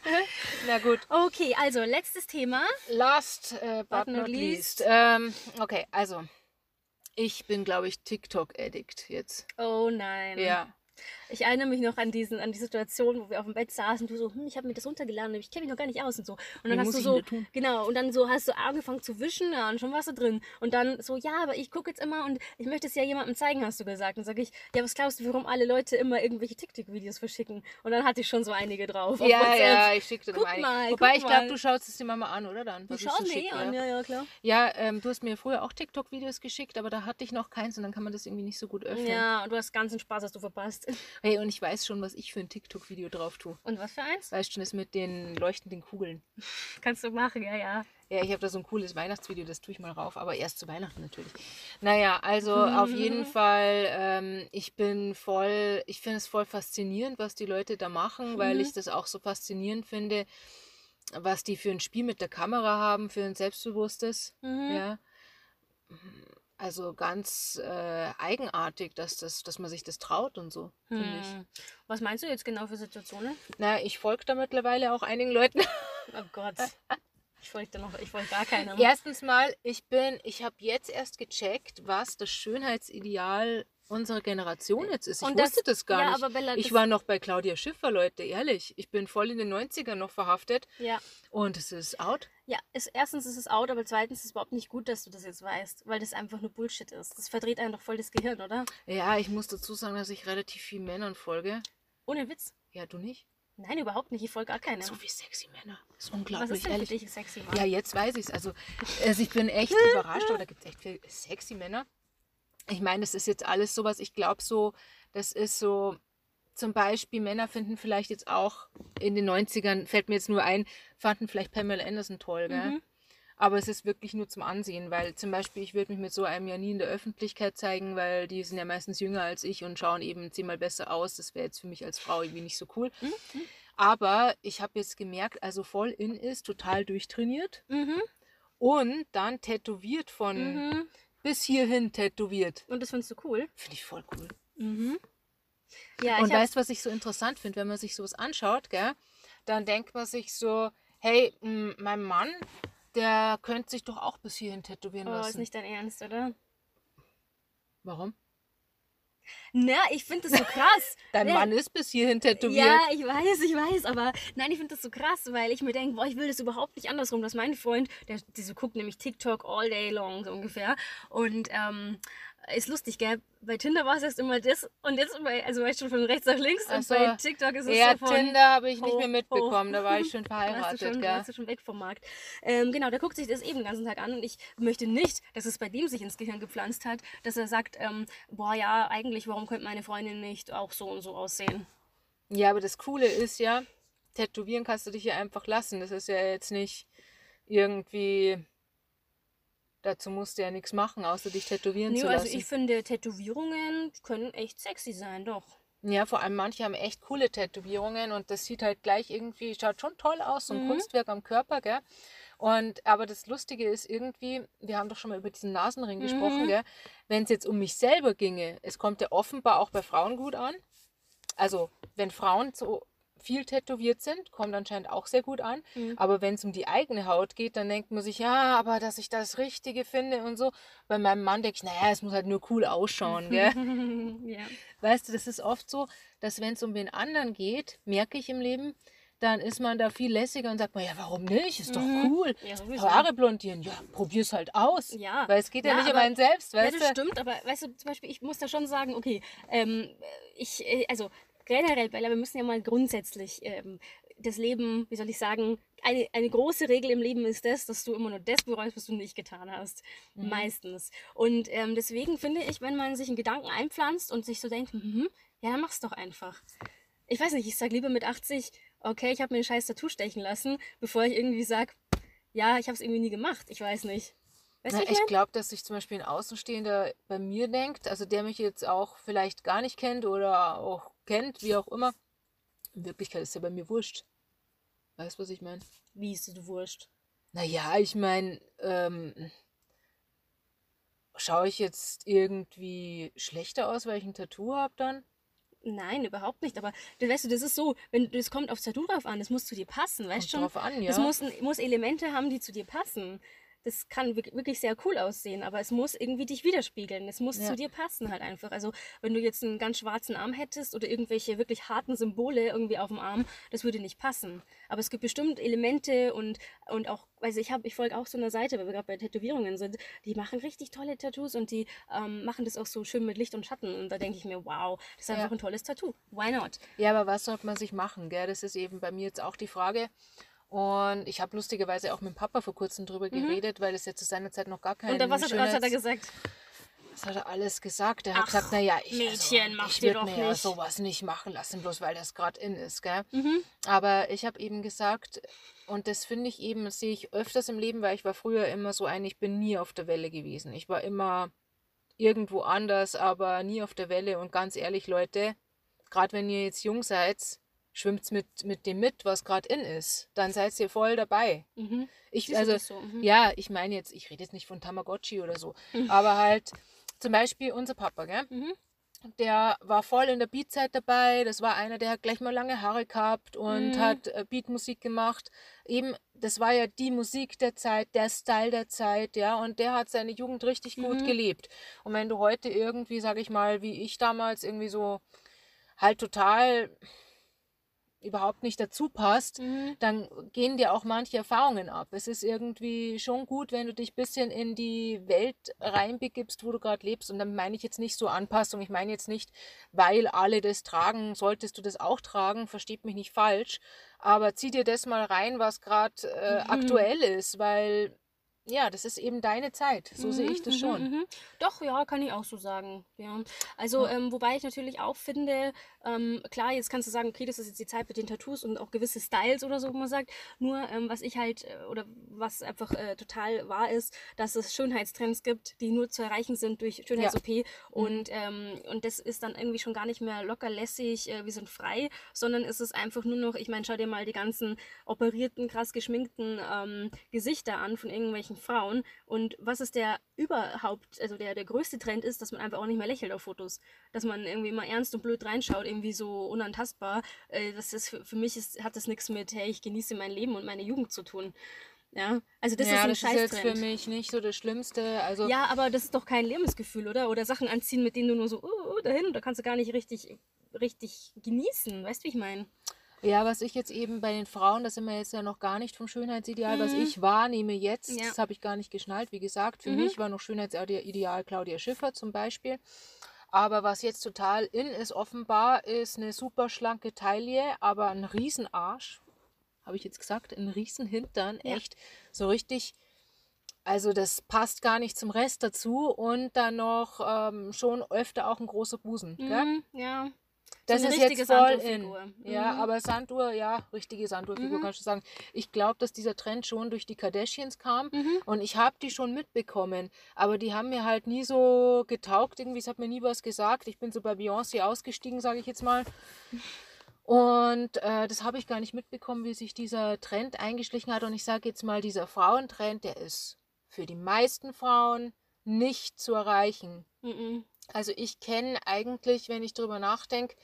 Na gut. Okay, also letztes Thema, Last but but not not least. least. Okay, also ich bin, glaube ich, TikTok-Addict jetzt. Oh nein. Ja, Ich erinnere mich noch an die Situation, wo wir auf dem Bett saßen, du so, ich habe mir das runtergeladen, ich kenne mich noch gar nicht aus und so. Und wie dann hast muss du ich denn so, da tun? genau, und dann so hast du angefangen zu wischen, ja, und schon warst du drin. Und dann so, ja, aber ich gucke jetzt immer und ich möchte es ja jemandem zeigen, hast du gesagt. Und sage ich, ja, was glaubst du, warum alle Leute immer irgendwelche TikTok-Videos verschicken? Und dann hatte ich schon so einige drauf auf Ja, WhatsApp. ja, ich schicke dir mal Guck ein. mal, Wobei guck ich glaube, mal. du schaust es dir mal an, oder dann, Die was ich so schauen mir eh schicke, an, ja. ja, ja, klar. Ja, du hast mir früher auch TikTok-Videos geschickt, aber da hatte ich noch keins und dann kann man das irgendwie nicht so gut öffnen. Ja, und du hast ganzen Spaß, hast du verpasst. Hey, und ich weiß schon, was ich für ein TikTok-Video drauf tue. Und was für eins? Weißt du, das mit den leuchtenden Kugeln. Kannst du machen, ja, ja. Ja, ich habe da so ein cooles Weihnachtsvideo, das tue ich mal rauf, aber erst zu Weihnachten natürlich. Naja, also auf jeden Fall, ich finde es voll faszinierend, was die Leute da machen, weil ich das auch so faszinierend finde, was die für ein Spiel mit der Kamera haben, für ein selbstbewusstes, ja. Also ganz eigenartig, dass man sich das traut und so, finde ich. Was meinst du jetzt genau für Situationen? Na, ich folge da mittlerweile auch einigen Leuten. Oh Gott. Ich folge gar keinem. Erstens mal, ich habe jetzt erst gecheckt, was das Schönheitsideal unserer Generation jetzt ist. Ich Und das- wusste das gar ja, nicht. aber Bella, Ich das- war noch bei Claudia Schiffer, Leute, ehrlich. Ich bin voll in den 90ern noch verhaftet Ja. und es ist out. Ja, erstens ist es out, aber zweitens ist es überhaupt nicht gut, dass du das jetzt weißt, weil das einfach nur Bullshit ist. Das verdreht einem doch voll das Gehirn, oder? Ja, ich muss dazu sagen, dass ich relativ viel Männern folge. Ohne Witz. Ja, du nicht? Nein, überhaupt nicht. Ich folge gar keine. So wie sexy Männer. Das ist Was unglaublich, ist denn für ehrlich. dich sexy, Mann? Ja, jetzt weiß ich es. Also ich bin echt überrascht, aber da gibt es echt viele sexy Männer. Ich meine, das ist jetzt alles sowas, ich glaube so, das ist so, zum Beispiel Männer finden vielleicht jetzt auch in den 90ern, fällt mir jetzt nur ein, fanden vielleicht Pamela Anderson toll, gell? Aber es ist wirklich nur zum Ansehen, weil zum Beispiel ich würde mich mit so einem ja nie in der Öffentlichkeit zeigen, weil die sind ja meistens jünger als ich und schauen eben 10-mal besser aus. Das wäre jetzt für mich als Frau irgendwie nicht so cool. Aber ich habe jetzt gemerkt, also voll in ist, total durchtrainiert und dann tätowiert von bis hierhin tätowiert. Und das findest du cool? Finde ich voll cool. Ja, Und ich habe weißt du, was ich so interessant finde, wenn man sich sowas anschaut, gell? Dann denkt man sich so, hey, mein Mann, der könnte sich doch auch bis hierhin tätowieren ist lassen. nicht dein Ernst, oder? Warum? Na, ich finde das so krass. Dein Mann ist bis hierhin tätowiert. Ja, ich weiß, aber nein, ich finde das so krass, weil ich mir denke, boah, ich will das überhaupt nicht andersrum, dass mein Freund, der so guckt nämlich TikTok all day long, so ungefähr, und ist lustig, gell? Bei Tinder war es erst immer das und jetzt, also weißt du, von rechts nach links und so. bei TikTok ist es Ja, so von Tinder habe ich nicht mehr hoch. mitbekommen, da war ich schon verheiratet, warst gell? du schon weg vom Markt. Genau, der guckt sich das eben den ganzen Tag an und ich möchte nicht, dass es bei dem sich ins Gehirn gepflanzt hat, dass er sagt, boah, ja, eigentlich, warum könnte meine Freundin nicht auch so und so aussehen? Ja, aber das Coole ist ja, tätowieren kannst du dich ja einfach lassen. Das ist ja jetzt nicht irgendwie, dazu musst du ja nichts machen, außer dich tätowieren zu Also lassen. ich finde, Tätowierungen können echt sexy sein, doch. Ja, vor allem manche haben echt coole Tätowierungen und das sieht halt gleich irgendwie, schaut schon toll aus, so ein Kunstwerk am Körper, gell? Aber das Lustige ist irgendwie, wir haben doch schon mal über diesen Nasenring gesprochen, gell? Wenn es jetzt um mich selber ginge, es kommt ja offenbar auch bei Frauen gut an. Also, wenn Frauen so viel tätowiert sind, kommt anscheinend auch sehr gut an. Aber wenn es um die eigene Haut geht, dann denkt man sich, ja, aber dass ich das Richtige finde und so. Bei meinem Mann denke ich, naja, es muss halt nur cool ausschauen, gell? Ja. Weißt du, das ist oft so, dass wenn es um den anderen geht, merke ich im Leben, dann ist man da viel lässiger und sagt man, ja, warum nicht? Ist doch cool. Ja, sowieso. Haare blondieren, ja, probier's halt aus. Ja. Weil es geht ja nicht um aber- einen selbst, Ja, weißt das du? stimmt, aber weißt du, zum Beispiel, ich muss da schon sagen, okay, also generell, Bella, wir müssen ja mal grundsätzlich das Leben, wie soll ich sagen, eine große Regel im Leben ist das, dass du immer nur das bereust, was du nicht getan hast. Meistens. Und deswegen finde ich, wenn man sich einen Gedanken einpflanzt und sich so denkt, ja, dann mach's doch einfach. Ich weiß nicht, ich sag lieber mit 80, okay, ich habe mir ein scheiß Tattoo stechen lassen, bevor ich irgendwie sag, ja, ich habe es irgendwie nie gemacht. Ich weiß nicht. Weißt du, Na, wie ich ich mein? glaube, dass sich zum Beispiel ein Außenstehender bei mir denkt, also der mich jetzt auch vielleicht gar nicht kennt oder auch kennt, wie auch immer. In Wirklichkeit ist ja bei mir wurscht. Weißt du, was ich meine? Wie ist es wurscht? Naja, ich meine, schaue ich jetzt irgendwie schlechter aus, weil ich ein Tattoo habe dann? Nein, überhaupt nicht. Aber weißt du, das ist so, wenn das kommt aufs Tattoo drauf an, das muss zu dir passen, weißt Kommt schon? drauf an, Das ja. muss Elemente haben, die zu dir passen. Das kann wirklich sehr cool aussehen, aber es muss irgendwie dich widerspiegeln. Es muss Ja. zu dir passen halt einfach. Also wenn du jetzt einen ganz schwarzen Arm hättest oder irgendwelche wirklich harten Symbole irgendwie auf dem Arm, das würde nicht passen. Aber es gibt bestimmt Elemente und auch, also ich folge auch so einer Seite, weil wir gerade bei Tätowierungen sind, die machen richtig tolle Tattoos und die machen das auch so schön mit Licht und Schatten. Und da denke ich mir, wow, das ist einfach ein tolles Tattoo. Why not? Ja, aber was sollte man sich machen, gell? Das ist eben bei mir jetzt auch die Frage. Und ich habe lustigerweise auch mit dem Papa vor kurzem drüber geredet, weil es ja zu seiner Zeit noch gar kein Und dann, was hat er gesagt? Was hat er alles gesagt? Er hat gesagt, naja, Mädchen, mach ich dir würde doch mir ja nicht. sowas nicht machen lassen, bloß weil das gerade in ist, gell? Aber ich habe eben gesagt, und das finde ich eben, das sehe ich öfters im Leben, weil ich war früher immer so ich bin nie auf der Welle gewesen. Ich war immer irgendwo anders, aber nie auf der Welle. Und ganz ehrlich, Leute, gerade wenn ihr jetzt jung seid, schwimmt's mit dem mit, was gerade in ist. Dann seid ihr voll dabei. Ich, Siehst du also, das so? ja, ich meine jetzt, ich rede jetzt nicht von Tamagotchi oder so, aber halt zum Beispiel unser Papa, gell? Der war voll in der Beatzeit dabei. Das war einer, der hat gleich mal lange Haare gehabt und hat Beatmusik gemacht. Eben, das war ja die Musik der Zeit, der Style der Zeit, ja. Und der hat seine Jugend richtig gut gelebt. Und wenn du heute irgendwie, sag ich mal, wie ich damals irgendwie so halt total, überhaupt nicht dazu passt, Mhm. dann gehen dir auch manche Erfahrungen ab. Es ist irgendwie schon gut, wenn du dich ein bisschen in die Welt reinbegibst, wo du gerade lebst. Und dann meine ich jetzt nicht so Anpassung. Ich meine jetzt nicht, weil alle das tragen, solltest du das auch tragen. Versteht mich nicht falsch. Aber zieh dir das mal rein, was gerade Mhm. aktuell ist, weil ja, das ist eben deine Zeit. So sehe Mhm, ich das mhm, schon. mhm. Doch, ja, kann ich auch so sagen. Ja. Also, Ja, wobei ich natürlich auch finde, klar, jetzt kannst du sagen, okay, das ist jetzt die Zeit mit den Tattoos und auch gewisse Styles oder so, wo man sagt. Nur, was ich halt, oder was einfach total wahr ist, dass es Schönheitstrends gibt, die nur zu erreichen sind durch ja. Schönheits-OP. Mhm. Und das ist dann irgendwie schon gar nicht mehr locker lässig, wir sind frei, sondern es ist einfach nur noch, ich meine, schau dir mal die ganzen operierten, krass geschminkten Gesichter an von irgendwelchen Frauen. Und was ist der überhaupt, also der größte Trend ist, dass man einfach auch nicht mehr lächelt auf Fotos. Dass man irgendwie immer ernst und blöd reinschaut, irgendwie so unantastbar. Das ist für mich hat das nichts mit, hey, ich genieße mein Leben und meine Jugend zu tun. Ja, also das ist Ja, ein das ist jetzt für Scheißtrend. mich nicht so das Schlimmste. Also Ja, aber das ist doch kein Lebensgefühl, oder? Oder Sachen anziehen, mit denen du nur so, dahin, da kannst du gar nicht richtig genießen. Weißt du, wie ich meine? ja, was ich jetzt eben bei den Frauen, da sind wir jetzt ja noch gar nicht vom Schönheitsideal, was Mhm. ich wahrnehme jetzt, Ja. das habe ich gar nicht geschnallt, wie gesagt, für Mhm. mich war noch Schönheitsideal Claudia Schiffer zum Beispiel. Aber was jetzt total in ist, offenbar, ist eine super schlanke Taille, aber ein Riesenarsch, habe ich jetzt gesagt, ein Riesenhintern, Ja. echt so richtig. Also das passt gar nicht zum Rest dazu und dann noch schon öfter auch ein großer Busen, gell? Mhm. Ja. So Das eine ist jetzt richtige voll in. Sanduhrfigur. Ja, Mhm. aber Sanduhr, ja, richtige Sanduhrfigur Mhm. kannst du sagen. Ich glaube, dass dieser Trend schon durch die Kardashians kam Mhm. und ich habe die schon mitbekommen, aber die haben mir halt nie so getaugt, irgendwie, es hat mir nie was gesagt. Ich bin so bei Beyoncé ausgestiegen, sage ich jetzt mal. Und das habe ich gar nicht mitbekommen, wie sich dieser Trend eingeschlichen hat. Und ich sage jetzt mal, dieser Frauentrend, der ist für die meisten Frauen nicht zu erreichen. Mhm. Also ich kenne eigentlich, wenn ich drüber nachdenke,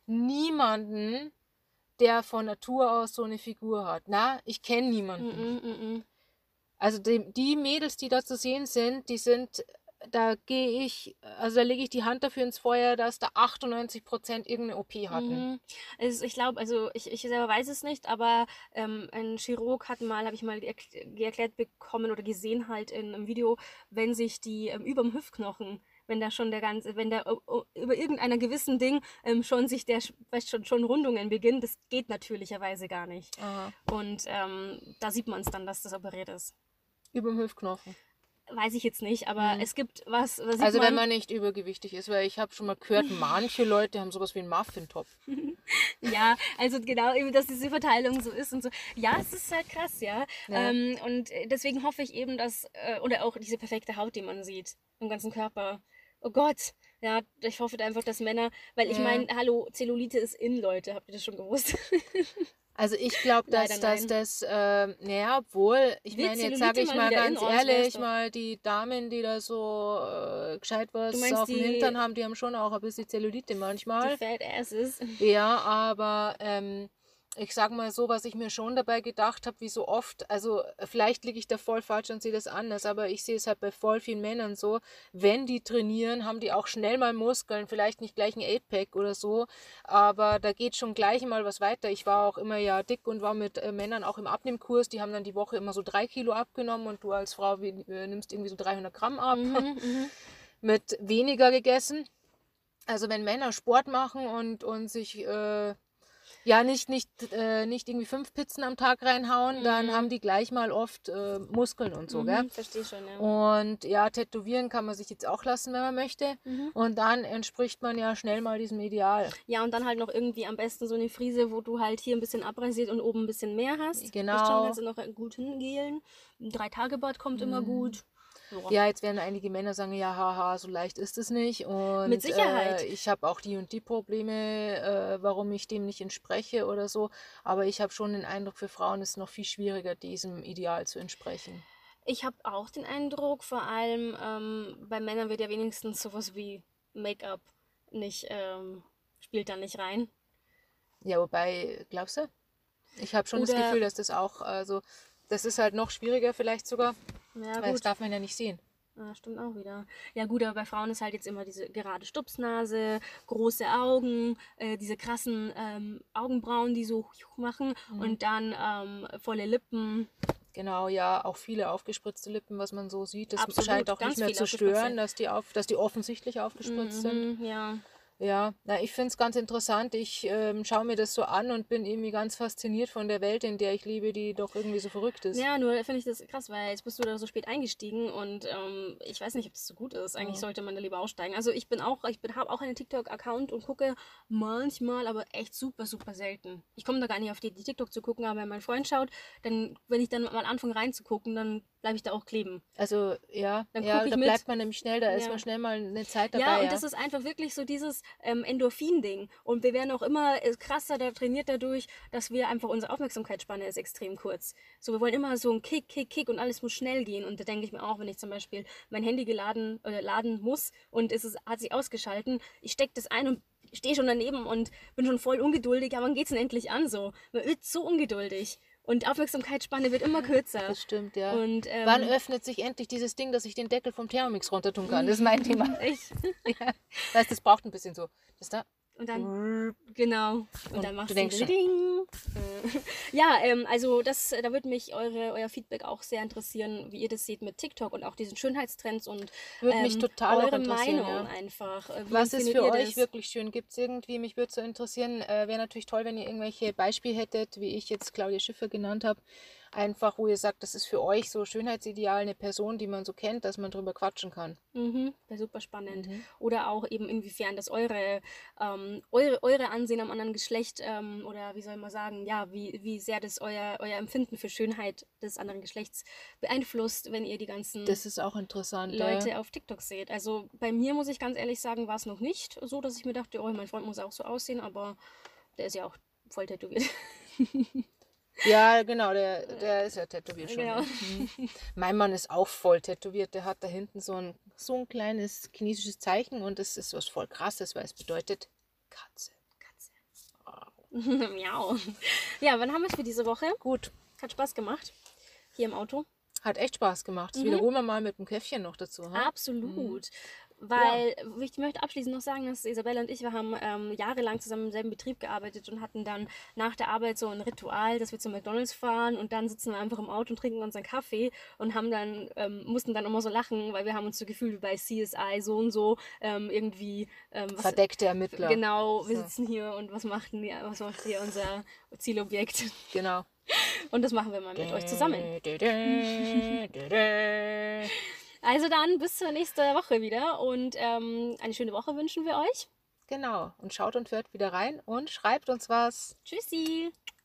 niemanden, der von Natur aus so eine Figur hat. Na, ich kenne niemanden. Mhm. Mhm. Also die Mädels, die da zu sehen sind, die sind, da gehe ich, also da lege ich die Hand dafür ins Feuer, dass da 98% irgendeine OP hatten. Mhm. Ich glaube, also ich selber weiß es nicht, aber ein Chirurg hat mal, habe ich mal erklärt bekommen oder gesehen halt in einem Video, wenn sich die über dem Hüftknochen, wenn da schon der ganze, wenn da über irgendeiner gewissen Ding schon sich der, weißt schon Rundungen beginnen, das geht natürlicherweise gar nicht. Aha. Und da sieht man es dann, dass das operiert ist. Über dem Hüftknochen. Weiß ich jetzt nicht, aber Hm. es gibt was, da sieht Also wenn man, man nicht übergewichtig ist, weil ich habe schon mal gehört, manche Leute haben sowas wie einen Muffintopf. ja, also genau, eben, dass diese Verteilung so ist und so. Ja, es ist halt krass, ja. Ja. Und deswegen hoffe ich eben, dass, oder auch diese perfekte Haut, die man sieht, im ganzen Körper. Oh Gott, ja, ich hoffe einfach, dass Männer, weil ich Ja. meine, hallo, Zellulite ist in, Leute, habt ihr das schon gewusst? Also ich glaube, Leider dass nein. das, naja, obwohl, ich Wird meine, jetzt sage Zellulite ich mal mal wieder in? ganz Oh, das wär's ehrlich, doch. mal die Damen, die da so gescheit Du was meinst auf dem Hintern die, haben, die haben schon auch ein bisschen Zellulite die manchmal. Fat Asses? Ja, aber ich sage mal so, was ich mir schon dabei gedacht habe, wie so oft, also vielleicht liege ich da voll falsch und sehe das anders, aber ich sehe es halt bei voll vielen Männern so, wenn die trainieren, haben die auch schnell mal Muskeln, vielleicht nicht gleich ein 8-Pack oder so, aber da geht schon gleich mal was weiter. Ich war auch immer ja dick und war mit Männern auch im Abnehmkurs, die haben dann die Woche immer so 3 Kilo abgenommen und du als Frau nimmst irgendwie so 300 Gramm ab, Mhm, mhm. mit weniger gegessen. Also wenn Männer Sport machen und sich ja nicht irgendwie 5 Pizzen am Tag reinhauen, dann haben Mhm, die gleich mal oft Muskeln und so, gell? mhm, verstehe schon, ja. Und ja, tätowieren kann man sich jetzt auch lassen, wenn man möchte. Mhm. Und dann entspricht man ja schnell mal diesem Ideal. Ja, und dann halt noch irgendwie am besten so eine Frise, wo du halt hier ein bisschen abrasiert und oben ein bisschen mehr hast. Wisst schon, Genau. kannst du noch gut hingelen. Ein 3-Tage-Bad kommt immer gut. Ja. Ja, jetzt werden einige Männer sagen, ja, haha, so leicht ist es nicht. Mit Und Sicherheit. ich habe auch die und die Probleme, warum ich dem nicht entspreche oder so. Aber ich habe schon den Eindruck, für Frauen ist es noch viel schwieriger, diesem Ideal zu entsprechen. Ich habe auch den Eindruck, vor allem bei Männern wird ja wenigstens sowas wie Make-up nicht, spielt da nicht rein. Ja, wobei, glaubst du? Ich habe schon das Oder, Gefühl, dass das auch, also das ist halt noch schwieriger vielleicht sogar, ja weil das gut, darf man ja nicht sehen. Stimmt auch wieder. Ja gut, aber bei Frauen ist halt jetzt immer diese gerade Stupsnase, große Augen, diese krassen Augenbrauen, die so machen Mhm. und dann volle Lippen. Genau, ja, auch viele aufgespritzte Lippen, was man so sieht. Das scheint Absolut, auch nicht ganz mehr viel zu aufgespritzte. stören, dass die offensichtlich aufgespritzt sind. Mhm, ja. Ja, na, ich finde es ganz interessant. Ich schaue mir das so an und bin irgendwie ganz fasziniert von der Welt, in der ich lebe, die doch irgendwie so verrückt ist. Ja, nur finde ich das krass, weil jetzt bist du da so spät eingestiegen und ich weiß nicht, ob das so gut ist. Eigentlich Ja. sollte man da lieber aussteigen. Also habe auch einen TikTok-Account und gucke manchmal, aber echt super, super selten. Ich komme da gar nicht auf die TikTok zu gucken, aber wenn mein Freund schaut, dann, wenn ich dann mal anfange reinzugucken, dann bleibe ich da auch kleben. Also ja, Dann ja, gucke ich da mit. bleibt man nämlich schnell, da ist Ja. man schnell mal eine Zeit Ja, dabei, und ja. das ist einfach wirklich so dieses Endorphin-Ding. Und wir werden auch immer krasser da trainiert dadurch, dass wir einfach, unsere Aufmerksamkeitsspanne ist extrem kurz. So, wir wollen immer so einen Kick, Kick, Kick und alles muss schnell gehen. Und da denke ich mir auch, wenn ich zum Beispiel mein Handy laden muss und hat sich ausgeschalten, ich stecke das ein und stehe schon daneben und bin schon voll ungeduldig. Ja, wann geht's denn endlich an so? Man wird so ungeduldig. Und Aufmerksamkeitsspanne wird immer kürzer. Das stimmt, ja. Und Wann öffnet sich endlich dieses Ding, dass ich den Deckel vom Thermomix runter tun kann? Das ist mein Thema. echt? Ja. Das heißt, das braucht ein bisschen so. Das da. Und dann, genau. Und dann du machst du denkst schon. Ding. Ja, also da würde mich euer Feedback auch sehr interessieren, wie ihr das seht mit TikTok und auch diesen Schönheitstrends und Würde mich total auch eure interessieren, Meinung ja. einfach. Wie Was ist empfindet für ihr euch das? wirklich schön? Gibt es irgendwie, mich würde so interessieren, wäre natürlich toll, wenn ihr irgendwelche Beispiele hättet, wie ich jetzt Claudia Schiffer genannt habe. Einfach, wo ihr sagt, das ist für euch so Schönheitsideal, eine Person, die man so kennt, dass man drüber quatschen kann. Wäre super spannend. Oder auch eben inwiefern das eure Ansehen am anderen Geschlecht oder wie soll man sagen, ja, wie sehr das euer Empfinden für Schönheit des anderen Geschlechts beeinflusst, wenn ihr die ganzen Das ist auch interessant, Leute ja. auf TikTok seht. Also bei mir muss ich ganz ehrlich sagen, war es noch nicht so, dass ich mir dachte, oh, mein Freund muss auch so aussehen, aber der ist ja auch voll tätowiert. Ja, genau, der ist ja tätowiert schon. Genau. Ja. Mein Mann ist auch voll tätowiert. Der hat da hinten so ein kleines chinesisches Zeichen und das ist was voll krasses, weil es bedeutet Katze. Katze. Miau. Ja, wann haben wir es für diese Woche? Gut, Hat Spaß gemacht. Hier im Auto. hat echt Spaß gemacht. Das wiederholen wir mal mit dem Käffchen noch dazu. Ha? Absolut. Weil ich möchte abschließend noch sagen, dass Isabella und ich, wir haben jahrelang zusammen im selben Betrieb gearbeitet und hatten dann nach der Arbeit so ein Ritual, dass wir zu McDonald's fahren und dann sitzen wir einfach im Auto und trinken unseren Kaffee und haben dann, mussten dann immer so lachen, weil wir haben uns so gefühlt wie bei CSI so und so irgendwie Verdeckte Ermittler. Genau, wir sitzen hier und was macht hier unser Zielobjekt? Genau. Und das machen wir mal mit euch zusammen. Also dann bis zur nächsten Woche wieder und eine schöne Woche wünschen wir euch. Genau. Und schaut und hört wieder rein und schreibt uns was. Tschüssi!